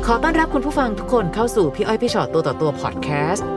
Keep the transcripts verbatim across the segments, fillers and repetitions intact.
ขอต้อนรับคุณผู้ฟังทุกคนเข้าสู่พี่อ้อยพี่ชอตตัวต่อตัวพอดแคสต์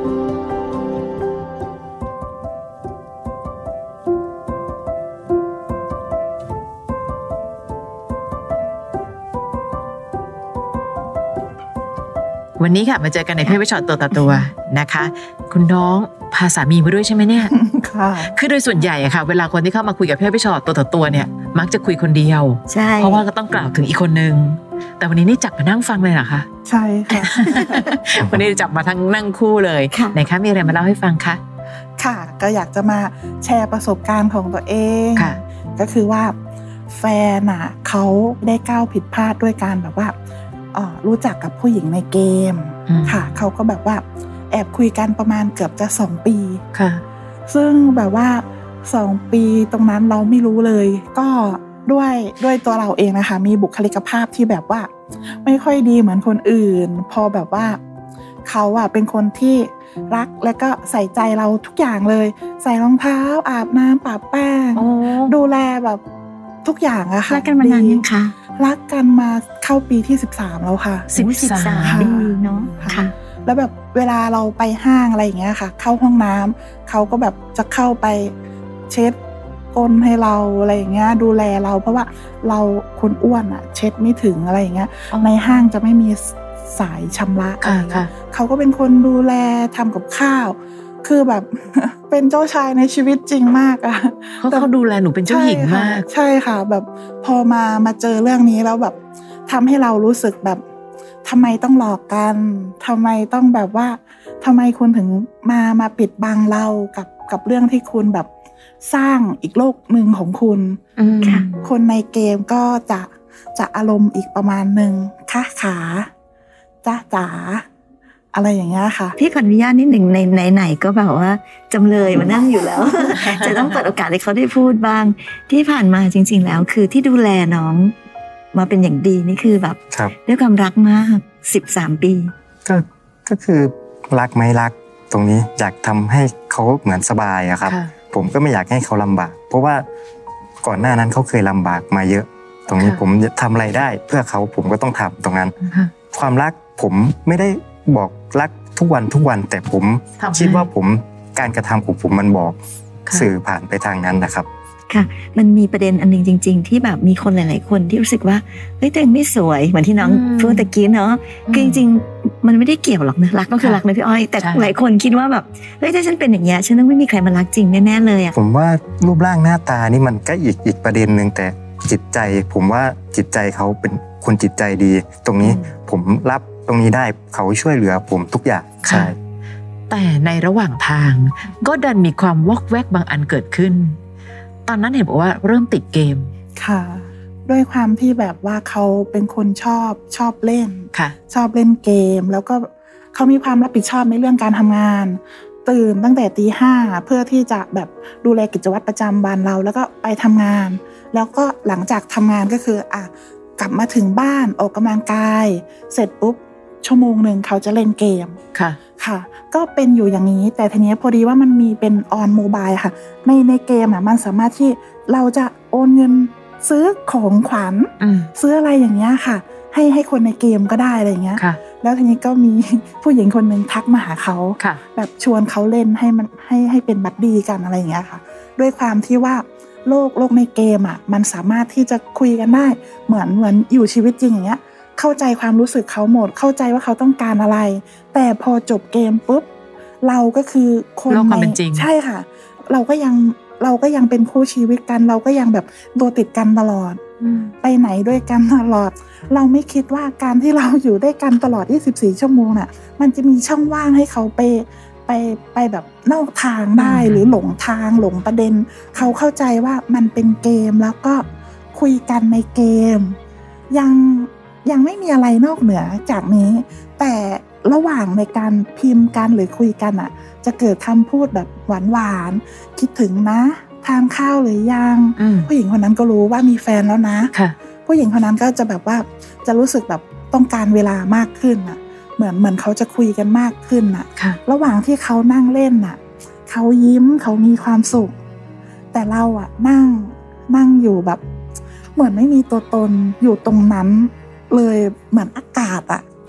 วันนี้ค่ะมาเจอกันในพี่อ้อยพี่ชอตตัวต่อตัวนะคะคุณน้องพาสามีมาด้วยใช่ไหมเนี่ยค่ะคือโดยส่วนใหญ่อะค่ะเวลาคนที่เข้ามาคุยกับพี่อ้อยพี่ชอตตัวต่อตัวเนี่ยมักจะคุยคนเดียวใช่เพราะว่าก็ต้องกล่าวถึงอีกคนนึงแต่วันนี้นี่จับมานั่งฟังเลยเหรอคะใช่ค่ะวันนี้จับมาทั้งนั่งคู่เลยไหนคะมีอะไรมาเล่าให้ฟังคะค่ะก็อยากจะมาแชร์ประสบการณ์ของตัวเองก็คือว่าแฟนน่ะเขาได้ก้าวผิดพลาดด้วยการแบบว่ารู้จักกับผู้หญิงในเกมค่ะเขาก็แบบว่าแอบคุยกันประมาณเกือบจะสองปีค่ะซึ่งแบบว่าสองปีตรงนั้นเราไม่รู้เลยก็ด้วยด้วยตัวเราเองนะคะมีบุคลิกภาพที่แบบว่าไม่ค่อยดีเหมือนคนอื่นพอแบบว่าเขาอะเป็นคนที่รักและก็ใส่ใจเราทุกอย่างเลยใส่รองเท้าอาบน้ำปะแป้งดูแลแบบทุกอย่างอะค่ะรักกันมานานยังคะรักกันมาเข้าปีที่สิบสามแล้วค่ะสิบสามปีเนาะค่ะแล้วแบบเวลาเราไปห้างอะไรอย่างเงี้ยค่ะเข้าห้องน้ำเขาก็แบบจะเข้าไปเช็ดก้นให้เราอะไรอย่างเงี้ยดูแลเราเพราะว่าเราคนอ้วนอ่ะเช็ดไม่ถึงอะไรอย่างเงี้ยในห้างจะไม่มีสายชำระอะไรเงี้ยเขาก็เป็นคนดูแลทำกับข้าวคือแบบเป็นเจ้าชายในชีวิตจริงมากอะเขาเขาดูแลหนูเป็นเจ้าหญิงมากใช่ค่ะแบบพอมามาเจอเรื่องนี้แล้วแบบทำให้เรารู้สึกแบบทำไมต้องหลอกกันทำไมต้องแบบว่าทำไมคุณถึงมามาปิดบังเรากับกับเรื่องที่คุณแบบสร้างอีกโลกหนึ่งของคุณคนในเกมก็จะจะอารมณ์อีกประมาณหนึ่งค่ะขาจ้าจ๋าอะไรอย่างเงี้ยค่ะพี่ขออนุญาตนิดหนึ่งในไหนๆก็แบบว่าจำเลยมานั่งอยู่แล้ว จะต้องเปิดโอกาสให้เขาได้พูดบ้างที่ผ่านมาจริงๆแล้วคือที่ดูแลน้องมาเป็นอย่างดีนี่คือแบบด้วยความรักมากสิบสามปีก็ก็คือรักไหมรักตรงนี้อยากทำให้เขาเหมือนสบายอะครับผมก็ไม่อยากให้เขาลำบากเพราะว่าก่อนหน้านั้นเขาเคยลำบากมาเยอะตรงนี้ผมจะทำอะไรได้เพื่อเขาผมก็ต้องทำตรงนั้นความรักผมไม่ได้บอกรักทุกวันทุกวันแต่ผมคิดว่าผมการกระทำของผมมันบอกสื่อผ่านไปทางนั้นนะครับค่ะมันมีประเด็นอันนึงจริงๆที่แบบมีคนหลายๆคนที่รู้สึกว่าเฮ้ยตัวเองไม่สวยเหมือนที่น้องพูดตะกี้เนาะคือจริงๆมันไม่ได้เกี่ยวหรอกนะรักก็คือรักนะพี่อ้อยแต่หลายคนคิดว่าแบบเฮ้ยถ้าฉันเป็นอย่างเงี้ยฉันต้องไม่มีใครมารักจริงแน่ๆเลยอ่ะผมว่ารูปร่างหน้าตานี่มันก็อีกอีกประเด็นนึงแต่จิตใจผมว่าจิตใจเขาเป็นคนจิตใจดีตรงนี้ผมรับตรงนี้ได้เขาช่วยเหลือผมทุกอย่างใช่แต่ในระหว่างทางก็ดันมีความวอกแวกบางอันเกิดขึ้นตอนนั้นเห็นบอกว่าเริ่มติดเกมค่ะด้วยความที่แบบว่าเขาเป็นคนชอบชอบเล่นค่ะชอบเล่นเกมแล้วก็เขามีความรับผิดชอบในเรื่องการทำงานตื่นตั้งแต่ตีห้าเพื่อที่จะแบบดูแลกิจวัตรประจำวันเราแล้วก็ไปทำงานแล้วก็หลังจากทำงานก็คืออ่ะกลับมาถึงบ้านออกกำลังกายเสร็จปุ๊บชั่วโมงหนึ่งเขาจะเล่นเกมค่ะค่ะก็เป็นอยู่อย่างนี้แต่ทีนี้พอดีว่ามันมีเป็นออนโมบายค่ะในในเกมอ่ะมันสามารถที่เราจะโอนเงินซื้อของขวัญซื้ออะไรอย่างเงี้ยค่ะให้ให้คนในเกมก็ได้อะไรอย่างเงี้ยแล้วทีนี้ก็มีผู้หญิงคนนึงทักมาหาเขาแบบชวนเขาเล่นให้มันให้ให้เป็นบัดดี้กันอะไรอย่างเงี้ยค่ะด้วยความที่ว่าโลกโลกในเกมอ่ะมันสามารถที่จะคุยกันได้เหมือนเหมือนอยู่ชีวิตจริงอย่างเงี้ยเข้าใจความรู้สึกเขาหมดเข้าใจว่าเขาต้องการอะไรแต่พอจบเกมปุ๊บเราก็คือคนในใช่ค่ะเราก็ยังเราก็ยังเป็นคู่ชีวิตกันเราก็ยังแบบตัวติดกันตลอดไปไหนด้วยกันตลอดเราไม่คิดว่าการที่เราอยู่ด้วยกันตลอดยี่สิบสี่ชั่วโมงน่ะมันจะมีช่องว่างให้เขาไปไปไปแบบนอกทางได้หรือหลงทางหลงประเด็นเขาเข้าใจว่ามันเป็นเกมแล้วก็คุยกันในเกมยังยังไม่มีอะไรนอกเหนือจากนี้แต่ระหว่างในการพิมพ์กันหรือคุยกันอ่ะจะเกิดคำพูดแบบหวานๆคิดถึงนะทานข้าวหรือยังผู้หญิงคนนั้นก็รู้ว่ามีแฟนแล้วนะผู้หญิงคนนั้นก็จะแบบว่าจะรู้สึกแบบต้องการเวลามากขึ้นอ่ะเหมือนเหมือนเขาจะคุยกันมากขึ้นอ่ะระหว่างที่เขานั่งเล่นอ่ะเขายิ้มเขามีความสุขแต่เราอ่ะนั่งนั่งอยู่แบบเหมือนไม่มีตัวตนอยู่ตรงนั้นเลยเหมือนอากาศอ่ะ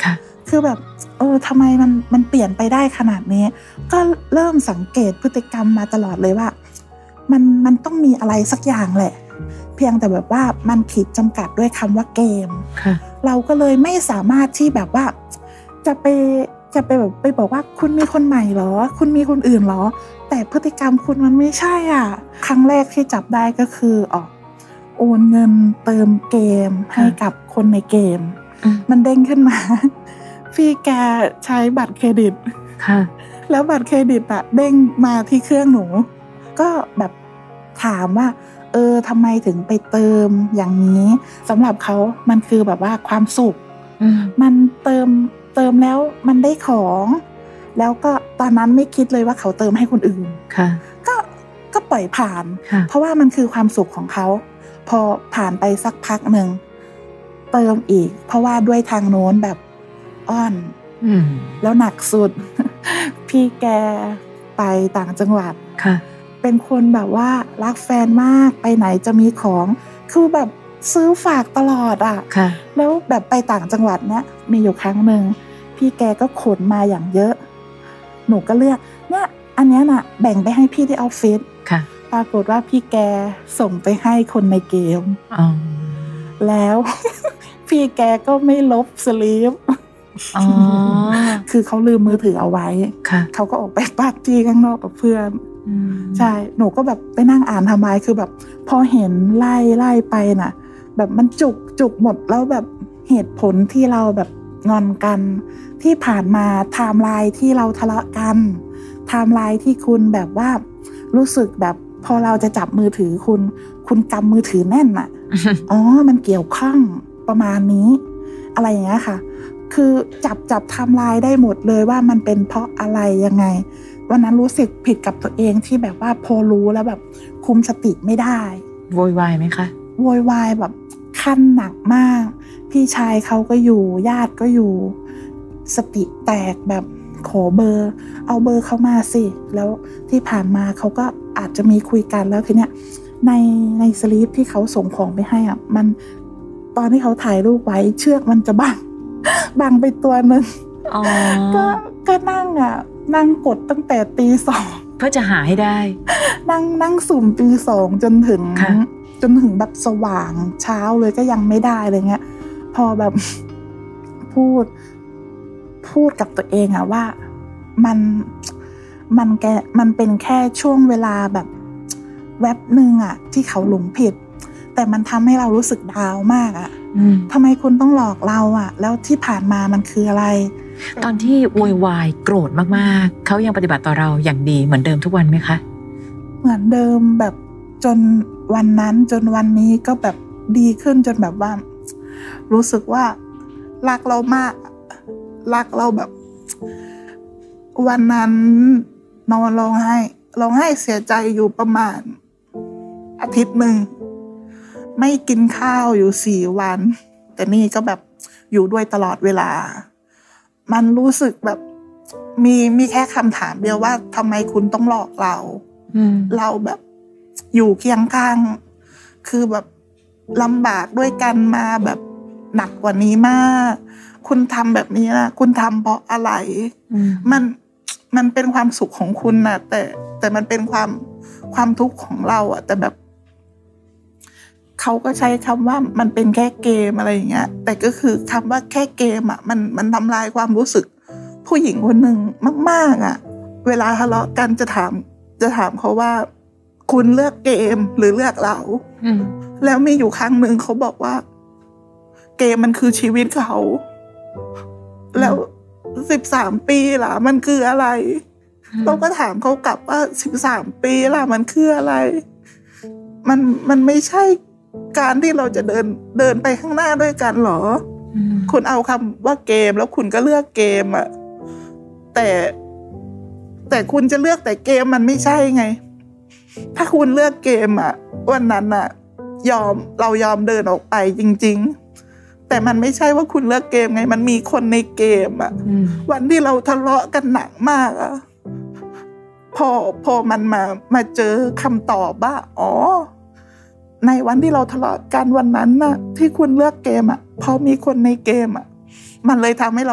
คือแบบเออทำไมมันมันเปลี่ยนไปได้ขนาดนี้ก็เริ่มสังเกตพฤติกรรมมาตลอดเลยว่ามันมันต้องมีอะไรสักอย่างแหละเพียงแต่แบบว่ามันขีดจำกัดด้วยคำว่าเกมเราก็เลยไม่สามารถที่แบบว่าจะไปจะไปแบบไปบอกว่าคุณมีคนใหม่เหรอคุณมีคนอื่นเหรอแต่พฤติกรรมคุณมันไม่ใช่อ่ะครั้งแรกที่จับได้ก็คืออ๋อโอนเงินเติมเกมให้กับคนในเกมมันเด้งขึ้นมาพี่แกใช้บัตรเครดิตค่ะแล้วบัตรเครดิตอะเด้งมาที่เครื่องหนูก็แบบถามว่าเออทำไมถึงไปเติมอย่างนี้สำหรับเขามันคือแบบว่าความสุขมันเติมเติมแล้วมันได้ของแล้วก็ตอนนั้นไม่คิดเลยว่าเขาเติมให้คนอื่นค่ะก็ก็ปล่อยผ่านเพราะว่ามันคือความสุขของเขาพอผ่านไปสักพักหนึ่งเติมอีกเพราะว่าด้วยทางโน้นแบบอ้อนแล้วหนักสุด พี่แกไปต่างจังหวัดเป็นคนแบบว่ารักแฟนมากไปไหนจะมีของคือแบบซื้อฝากตลอดอ่ะแล้วแบบไปต่างจังหวัดเนี้ยมีอยู่ครั้งหนึ่งพี่แกก็ขนมาอย่างเยอะหนูก็เลือกเนี่ยอันเนี้ยน่ะแบ่งไปให้พี่ที่ออฟฟิศปรากฏว่าพี่แกส่งไปให้คนในเกมแล้ว พี่แกก็ไม่ลบสลีปคือเขาลืมมือถือเอาไว้เขาก็ออกไปปาร์ตี้ข้างนอกกับเพื่อนใช่หนูก็แบบไปนั่งอ่านทำไมคือแบบพอเห็นไล่ไล่ไปน่ะแบบมันจุกจุกหมดแล้วแบบเหตุผลที่เราแบบงอนกันที่ผ่านมาไทม์ไลน์ที่เราทะเลาะกันไทม์ไลน์ที่คุณแบบว่ารู้สึกแบบพอเราจะจับมือถือคุณคุณกำมือถือแน่นอ่ะ อ๋อมันเกี่ยวข้องประมาณนี้อะไรอย่างเงี้ยค่ะคือจับจับไทม์ไลน์ได้หมดเลยว่ามันเป็นเพราะอะไรยังไงวันนั้นรู้สึกผิดกับตัวเองที่แบบว่าพอรู้แล้วแบบคุมสติไม่ได้โวยวายไหมคะโวยวายแบบขั้นหนักมากพี่ชายเขาก็อยู่ญาติก็อยู่สติแตกแบบขอเบอร์เอาเบอร์เขามาสิแล้วที่ผ่านมาเขาก็อาจจะมีคุยกันแล้วทีเนี้ยในในสลีปที่เขาส่งของไปให้อ่ะมันตอนที่เขาถ่ายรูปไว้เชือกมันจะบังบังไปตัวนึงก็ก็นั่งอ่ะนั่งกดตั้งแต่ตีสองเพื่อจะหาให้ได้นั่งนั่งสุ่มตีสองจนถึงจนถึงแบบสว่างเช้าเลยก็ยังไม่ได้อะไรเงี้ยพอแบบพูดพูดกับตัวเองอะว่ามันมันแกมันเป็นแค่ช่วงเวลาแบบแวบหนึ่งอะที่เขาหลงผิดแต่มันทำให้เรารู้สึกดาวมากอะทำไมคุณต้องหลอกเราอะแล้วที่ผ่านมามันคืออะไรตอนที่โวยวายโกรธมากๆเขายังปฏิบัติต่อเราอย่างดีเหมือนเดิมทุกวันไหมคะเหมือนเดิมแบบจนวันนั้นจนวันนี้ก็แบบดีขึ้นจนแบบว่ารู้สึกว่ารักเรามากรักเราแบบวันนั้นนอนร้องไห้ร้องไห้เสียใจอยู่ประมาณอาทิตย์หนึ่งไม่กินข้าวอยู่สี่วันแต่นี่ก็แบบอยู่ด้วยตลอดเวลามันรู้สึกแบบมีมีแค่คำถามเดียวว่าทำไมคุณต้องหลอกเราเราแบบอยู่เคียงข้างคือแบบลำบากด้วยกันมาแบบหนักกว่านี้มากคุณทำแบบนี้นะคุณทำเพราะอะไรมันมันเป็นความสุขของคุณนะแต่แต่มันเป็นความความทุกข์ของเราอะแต่แบบเขาก็ใช้คำว่ามันเป็นแค่เกมอะไรอย่างเงี้ยแต่ก็คือคำว่าแค่เกมอะมันมันทำลายความรู้สึกผู้หญิงคนหนึ่งมากๆอะเวลาทะเลาะกันจะถามจะถามเขาว่าคุณเลือกเกมหรือเลือกเราแล้วมีอยู่ครั้งหนึ่งเขาบอกว่าเกมมันคือชีวิตเขาแล้วสิบสามปีล่ะมันคืออะไรเราก็ถามเขากลับว่าสิบสามปีล่ะมันคืออะไรมันมันไม่ใช่การที่เราจะเดินเดินไปข้างหน้าด้วยกันหรอคุณเอาคำว่าเกมแล้วคุณก็เลือกเกมอะแต่แต่คุณจะเลือกแต่เกมมันไม่ใช่ไงถ้าคุณเลือกเกมอะวันนั้นอะยอมเรายอมเดินออกไปจริงๆแต่มันไม่ใช่ว่าคุณเลือกเกมไงมันมีคนในเกมอะวันที่เราทะเลาะกันหนักมากอะพอพอมันมามาเจอคำตอบว่าอ๋อในวันที่เราทะเลาะกันวันนั้นน่ะที่คุณเลือกเกมอะเพราะมีคนในเกมอะมันเลยทำให้เรา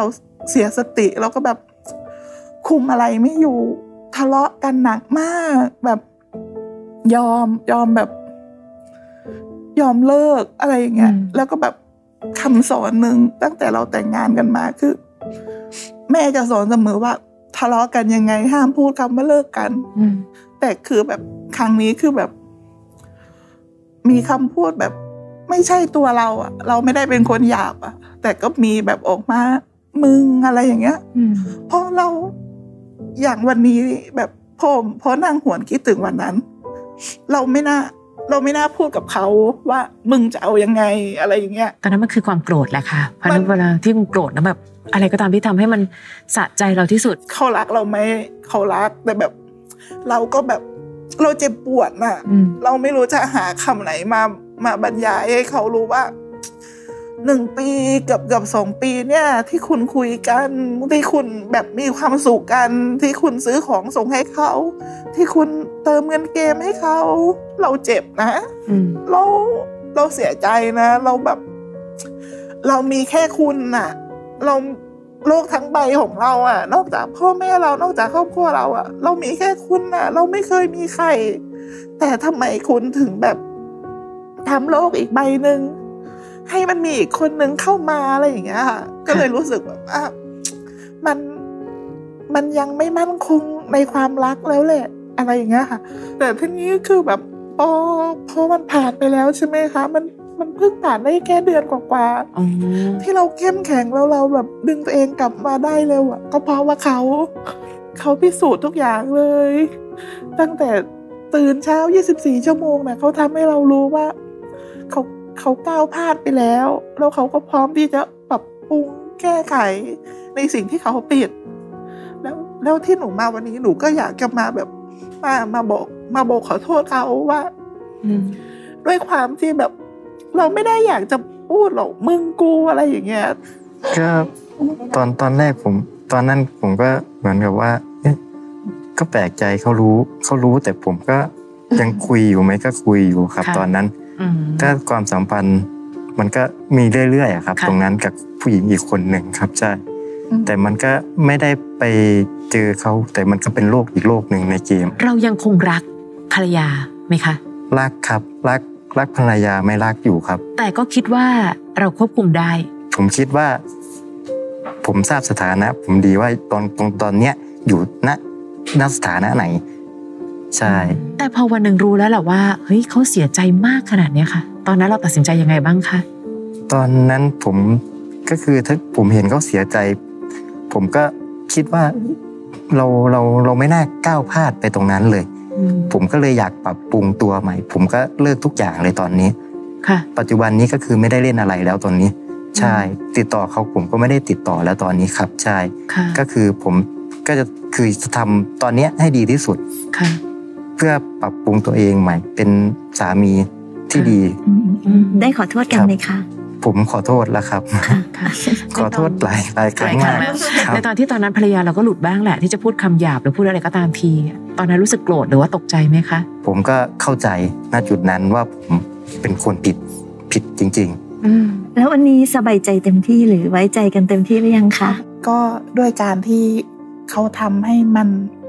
เสียสติแล้วก็แบบคุมอะไรไม่อยู่ทะเลาะกันหนักมากแบบยอมยอมแบบยอมเลิกอะไรอย่างเงี้ยแล้วก็แบบคำสอนหนึ่งตั้งแต่เราแต่งงานกันมาคือแม่จะสอนเสมอว่าทะเลาะกันยังไงห้ามพูดคำว่าเลิกกันแต่คือแบบครั้งนี้คือแบบมีคำพูดแบบไม่ใช่ตัวเราอ่ะเราไม่ได้เป็นคนหยาบอ่ะแต่ก็มีแบบออกมามึงอะไรอย่างเงี้ยเพราะเราอย่างวันนี้แบบพอพอนั่งหวนคิดถึงวันนั้นเราไม่น่าเราไม่น่าพูดกับเขาว่ามึงจะเอายังไงอะไรอย่างเงี้ยตอนนั้นมันคือความโกรธแหละค่ะเพราะเวลาที่มึงโกรธแล้วแบบอะไรก็ตามที่ทำให้มันสะใจเราที่สุดเขารักเราไหมเขารักแต่แบบเราก็แบบเราเจ็บปวดน่ะเราไม่รู้จะหาคำไหนมามาบรรยายให้เขารู้ว่าหนึ่งปีเกือบเกือบสองปีเนี่ยที่คุณคุยกันที่คุณแบบมีความสุขกันที่คุณซื้อของส่งให้เขาที่คุณเติมเงินเกมให้เขาเราเจ็บนะเราเราเสียใจนะเราแบบเรามีแค่คุณน่ะเราโลกทั้งใบของเราอ่ะนอกจากพ่อแม่เรานอกจากครอบครัวเราอ่ะเรามีแค่คุณน่ะเราไม่เคยมีใครแต่ทำไมคุณถึงแบบทำโลกอีกใบหนึ่งให้มันมีอีกคนนึงเข้ามาอะไรอย่างเงี้ยค่ะก็เลยรู้สึกแบบว่ามันมันยังไม่มั่นคงในความรักแล้วแหละอะไรอย่างเงี้ยค่ะแต่ทีนี้คือแบบพอพอมันผ่านไปแล้วใช่ไหมคะมันมันเพิ่งผ่านได้แค่เดือนกว่าๆที่เราเข้มแข็งแล้วเราแบบดึงตัวเองกลับมาได้เร็วอ่ะก็เพราะว่าเขาเขาพิสูจน์ทุกอย่างเลยตั้งแต่ตื่นเช้ายี่สิบสี่ชั่วโมงเนี่ยเขาทำให้เรารู้ว่าเขาเขาก้าวพลาดไปแล้วแล้วเขาก็พร้อมที่จะปรับปรุงแก้ไขในสิ่งที่เขาผิดแล้วแล้วที่หนูมาวันนี้หนูก็อยากจะมาแบบมามาบอกมาบอกขอโทษเขาว่าด้วยความที่แบบเราไม่ได้อยากจะพูดหรอกมึงกูอะไรอย่างเงี้ยก็ตอนตอนแรกผมตอนนั้นผมก็เหมือนกับว่าเอ๊ะก็แปลกใจเขารู้เขารู้แต่ผมก็ยังคุยอยู่ไหมก็คุยอยู่ครับตอนนั้นก็ความสัมพันธ์มันก็มีเรื่อยๆครับตรงนั้นกับผู้หญิงอีกคนหนึ่งครับใช่แต่มันก็ไม่ได้ไปเจอเขาแต่มันก็เป็นโลกอีกโลกหนึ่งในเกมเรายังคงรักภรรยาไหมคะรักครับรักรักภรรยาไม่รักอยู่ครับแต่ก็คิดว่าเราควบคุมได้ผมคิดว่าผมทราบสถานะผมดีว่าตอนตรงตอนเนี้ยอยู่ณณสถานะไหนใช่แต่พอวันหนึ่งรู้แล้วแหละว่าเฮ้ยเขาเสียใจมากขนาดนี้ค่ะตอนนั้นเราตัดสินใจยังไงบ้างคะตอนนั้นผมก็คือถ้าผมเห็นเขาเสียใจผมก็คิดว่าเราเราเราไม่น่าก้าวพลาดไปตรงนั้นเลยผมก็เลยอยากปรับปรุงตัวใหม่ผมก็เลิกทุกอย่างเลยตอนนี้ค่ะปัจจุบันนี้ก็คือไม่ได้เล่นอะไรแล้วตอนนี้ใช่ติดต่อเขาผมก็ไม่ได้ติดต่อแล้วตอนนี้ครับใช่ก็คือผมก็จะคือจะทำตอนนี้ให้ดีที่สุดค่ะเพื่อปรับปรุงตัวเองใหม่เป็นสามีที่ดีได้ขอโทษกันไหมคะผมขอโทษแล้วครับขอโทษหลายหลายครั้งมากในตอนที่ตอนนั้นภรรยาเราก็หลุดบ้างแหละที่จะพูดคำหยาบหรือพูดอะไรก็ตามทีตอนนั้นรู้สึกโกรธหรือว่าตกใจไหมคะผมก็เข้าใจณจุดนั้นว่าผมเป็นคนผิดผิดจริงๆแล้ววันนี้สบายใจเต็มที่หรือไว้ใจกันเต็มที่หรือยังคะก็ด้วยการที่เขาทำให้มัน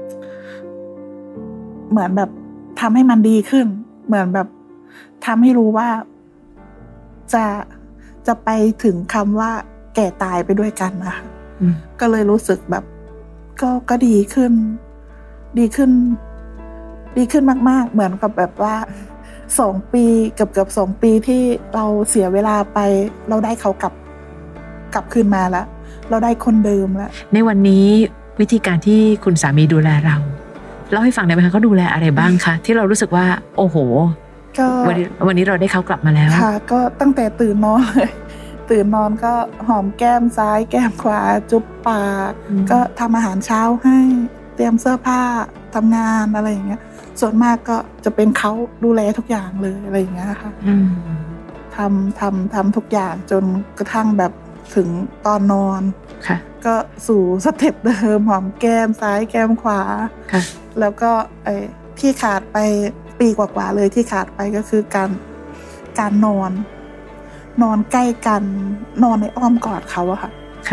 เหมือนแบบทำให้มันดีขึ้นเหมือนแบบทำให้รู้ว่าจะจะไปถึงคำว่าแก่ตายไปด้วยกันนะคะก็เลยรู้สึกแบบก็ก็ดีขึ้นดีขึ้นดีขึ้นมากๆเหมือนกับแบบว่าสองปีเกือบเกือบสองปีที่เราเสียเวลาไปเราได้เขากลับกลับคืนมาแล้วเราได้คนเดิมแล้วในวันนี้วิธีการที่คุณสามีดูแลเราเล่าให้ฟังได้ไหมคะเขาดูแลอะไรบ้างคะที่เรารู้สึกว่าโอ้โหวันนี้วันนี้เราได้เขากลับมาแล้วค่ะก็ตั้งแต่ตื่นนอนเลยตื่นนอนก็หอมแก้มซ้ายแก้มขวาจุ๊บปากก็ทำอาหารเช้าให้เตรียมเสื้อผ้าทำงานอะไรอย่างเงี้ยส่วนมากก็จะเป็นเขาดูแลทุกอย่างเลยอะไรอย่างเงี้ยค่ะทำทำทำทุกอย่างจนกระทั่งแบบถึงตอนนอนก็สู่สเต็ปเดิมหอมแก้มซ้ายแก้มขวาแล้วก็ไอ้ที่ขาดไปปีกว่าๆเลยที่ขาดไปก็คือการการนอนนอนใกล้กันนอนในอ้อมกอดเขาอะค่ะ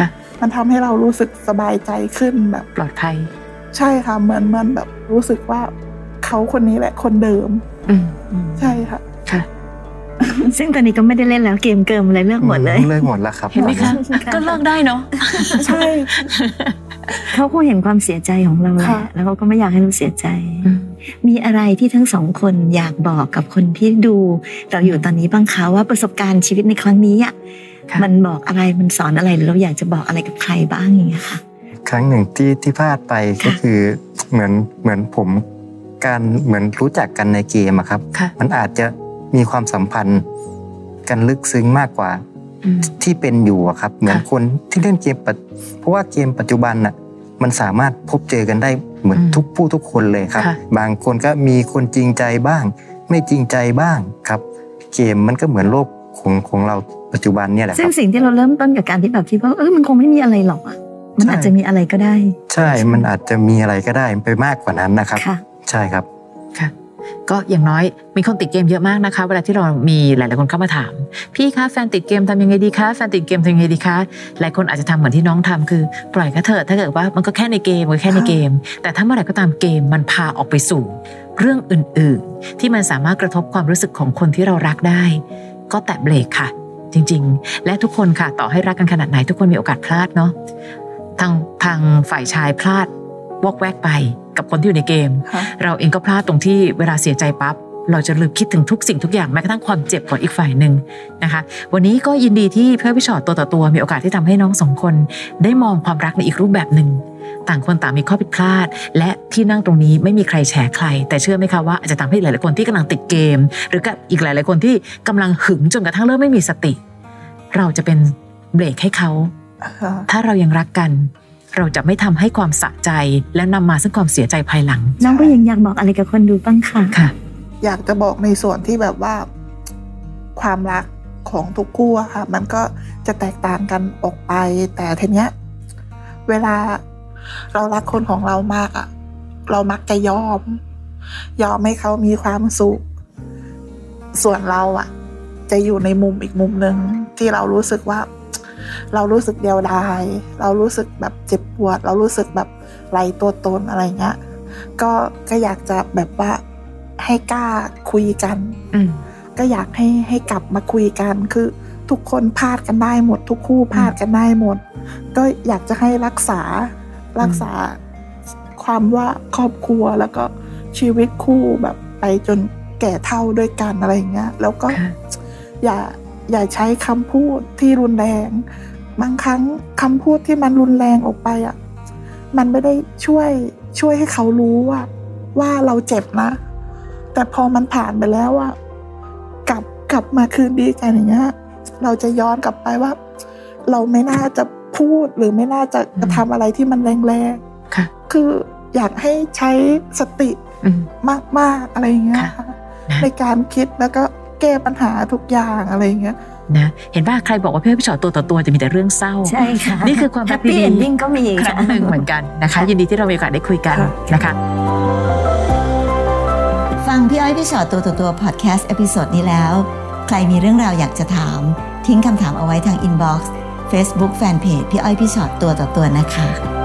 มันทำให้เรารู้สึกสบายใจขึ้นแบบปลอดภัยใช่ค่ะเหมือนมันแบบรู้สึกว่าเขาคนนี้แหละคนเดิมใช่ค่ะค่ะซึ่งตอนนี้ก็ไม่ได้เล่นแล้วเกมเกิมอะไรเลิกหมดเลยเลิกหมดแล้วครับเห็นไหมคะก็เลิกได้เนาะใช่เขาคงเห็นความเสียใจของเราแหละแล้วเขาก็ไม่อยากให้เราเสียใจมีอะไรที่ทั้งสองคนอยากบอกกับคนที่ดูเราอยู่ตอนนี้บ้างคะว่าประสบการณ์ชีวิตในครั้งนี้อ่ะมันบอกอะไรมันสอนอะไรหรือเราอยากจะบอกอะไรกับใครบ้างอย่างเงี้ยค่ะครั้งหนึ่งที่ที่พลาดไปก็คือเหมือนเหมือนผมการเหมือนรู้จักกันในเกมอะครับมันอาจจะมีความสัมพันธ์กันลึกซึ้งมากกว่าที่เป็นอยู่อะครับเหมือนคนที่เล่นเกมเพราะว่าเกมปัจจุบันน่ะมันสามารถพบเจอกันได้เหมือนทุกผู้ทุกคนเลยครับบางคนก็มีคนจริงใจบ้างไม่จริงใจบ้างครับเกมมันก็เหมือนโลกของของเราปัจจุบันเนี่ยแหละครับซึ่งสิ่งที่เราเริ่มต้นกับการที่แบบที่ว่าเออมันคงไม่มีอะไรหรอกอ่ะมันอาจจะมีอะไรก็ได้ใช่มันอาจจะมีอะไรก็ได้ไปมากกว่านั้นนะครับใช่ครับค่ะก็อย่างน้อยมีคนติดเกมเยอะมากนะคะเวลาที่เรามีหลายๆคนเข้ามาถามพี่คะแฟนติดเกมทำยังไงดีคะแฟนติดเกมทำยังไงดีคะหลายคนอาจจะทำเหมือนที่น้องทำคือปล่อยก็เถอะถ้าเกิดว่ามันก็แค่ในเกมก็แค่ในเกมแต่ถ้าเมื่อไหร่ก็ตามเกมมันพาออกไปสู่เรื่องอื่นๆที่มันสามารถกระทบความรู้สึกของคนที่เรารักได้ก็แตะเบรกค่ะจริงๆและทุกคนค่ะต่อให้รักกันขนาดไหนทุกคนมีโอกาสพลาดเนาะทางทางฝ่ายชายพลาดวอกแวกไปกับคนที่อยู่ในเกมเราเองก็พลาดตรงที่เวลาเสียใจปั๊บเราจะลืมคิดถึงทุกสิ่งทุกอย่างแม้กระทั่งความเจ็บของอีกฝ่ายหนึ่งนะคะวันนี้ก็ยินดีที่เพื่อนพี่ชอตตัวต่อตัวมีโอกาสที่ทำให้น้องสองคนได้มองความรักในอีกรูปแบบหนึ่งต่างคนต่างมีข้อผิดพลาดและที่นั่งตรงนี้ไม่มีใครแฉใครแต่เชื่อไหมคะว่าอาจจะทำให้หลายๆคนที่กำลังติดเกมหรือกับอีกหลายๆคนที่กำลังหึงจนกระทั่งเริ่มไม่มีสติเราจะเป็นเบรกให้เขาถ้าเรายังรักกันเราจะไม่ทำให้ความสะใจและนำมาซึ่งความเสียใจภายหลังน้องก็ยังอยากบอกอะไรกับคนดูบ้างค่ะค่ะอยากจะบอกในส่วนที่แบบว่าความรักของทุกคู่อะค่ะมันก็จะแตกต่างกันออกไปแต่ทีเนี้ยเวลาเรารักคนของเรามากอะเรามักจะยอมยอมให้เขามีความสุขส่วนเราอะจะอยู่ในมุมอีกมุมนึงที่เรารู้สึกว่าเรารู้สึกเดียวดายเรารู้สึกแบบเจ็บปวดเรารู้สึกแบบไร้ตัวตนอะไรเงี้ยก็ก็อยากจะแบบว่าให้กล้าคุยกันก็อยากให้ให้กลับมาคุยกันคือทุกคนพลาดกันได้หมดทุกคู่พลาดกันได้หมดก็อยากจะให้รักษารักษาความว่าครอบครัวแล้วก็ชีวิตคู่แบบไปจนแก่เฒ่าด้วยกันอะไรเงี้ยแล้วก็อย่าอย่าใช้คำพูดที่รุนแรงบางครั้งคำพูดที่มันรุนแรงออกไปอ่ะมันไม่ได้ช่วยช่วยให้เขารู้ว่าว่าเราเจ็บนะแต่พอมันผ่านไปแล้วอ่ะกลับกลับมาคืนดีกันอย่างเงี้ยเราจะย้อนกลับไปว่าเราไม่น่าจะพูดหรือไม่น่าจะกระทำอะไรที่มันแรงๆคืออยากให้ใช้สติมากๆอะไรอย่างเงี้ยในการคิดแล้วก็แก้ปัญหาทุกอย่างอะไรอย่างเงี้ยนะเห็นป่ะใครบอกว่าเพื่อนพี่ชอตตัวต่อตัวจะมีแต่เรื่องเศร้าใช่ค่ะนี่คือความรักดีๆ ending ก็มีครั้งหนึ่งเหมือนกันนะคะยินดีที่เรามีโอกาสได้คุยกันนะคะฟังพี่อ้อยพี่ชอตตัวต่อตัวพอดแคสต์เอพิโซดนี้แล้วใครมีเรื่องราวอยากจะถามทิ้งคำถามเอาไว้ทางอินบ็อกซ์ Facebook Fanpage พี่อ้อยพี่ชอตตัวต่อตัวนะคะ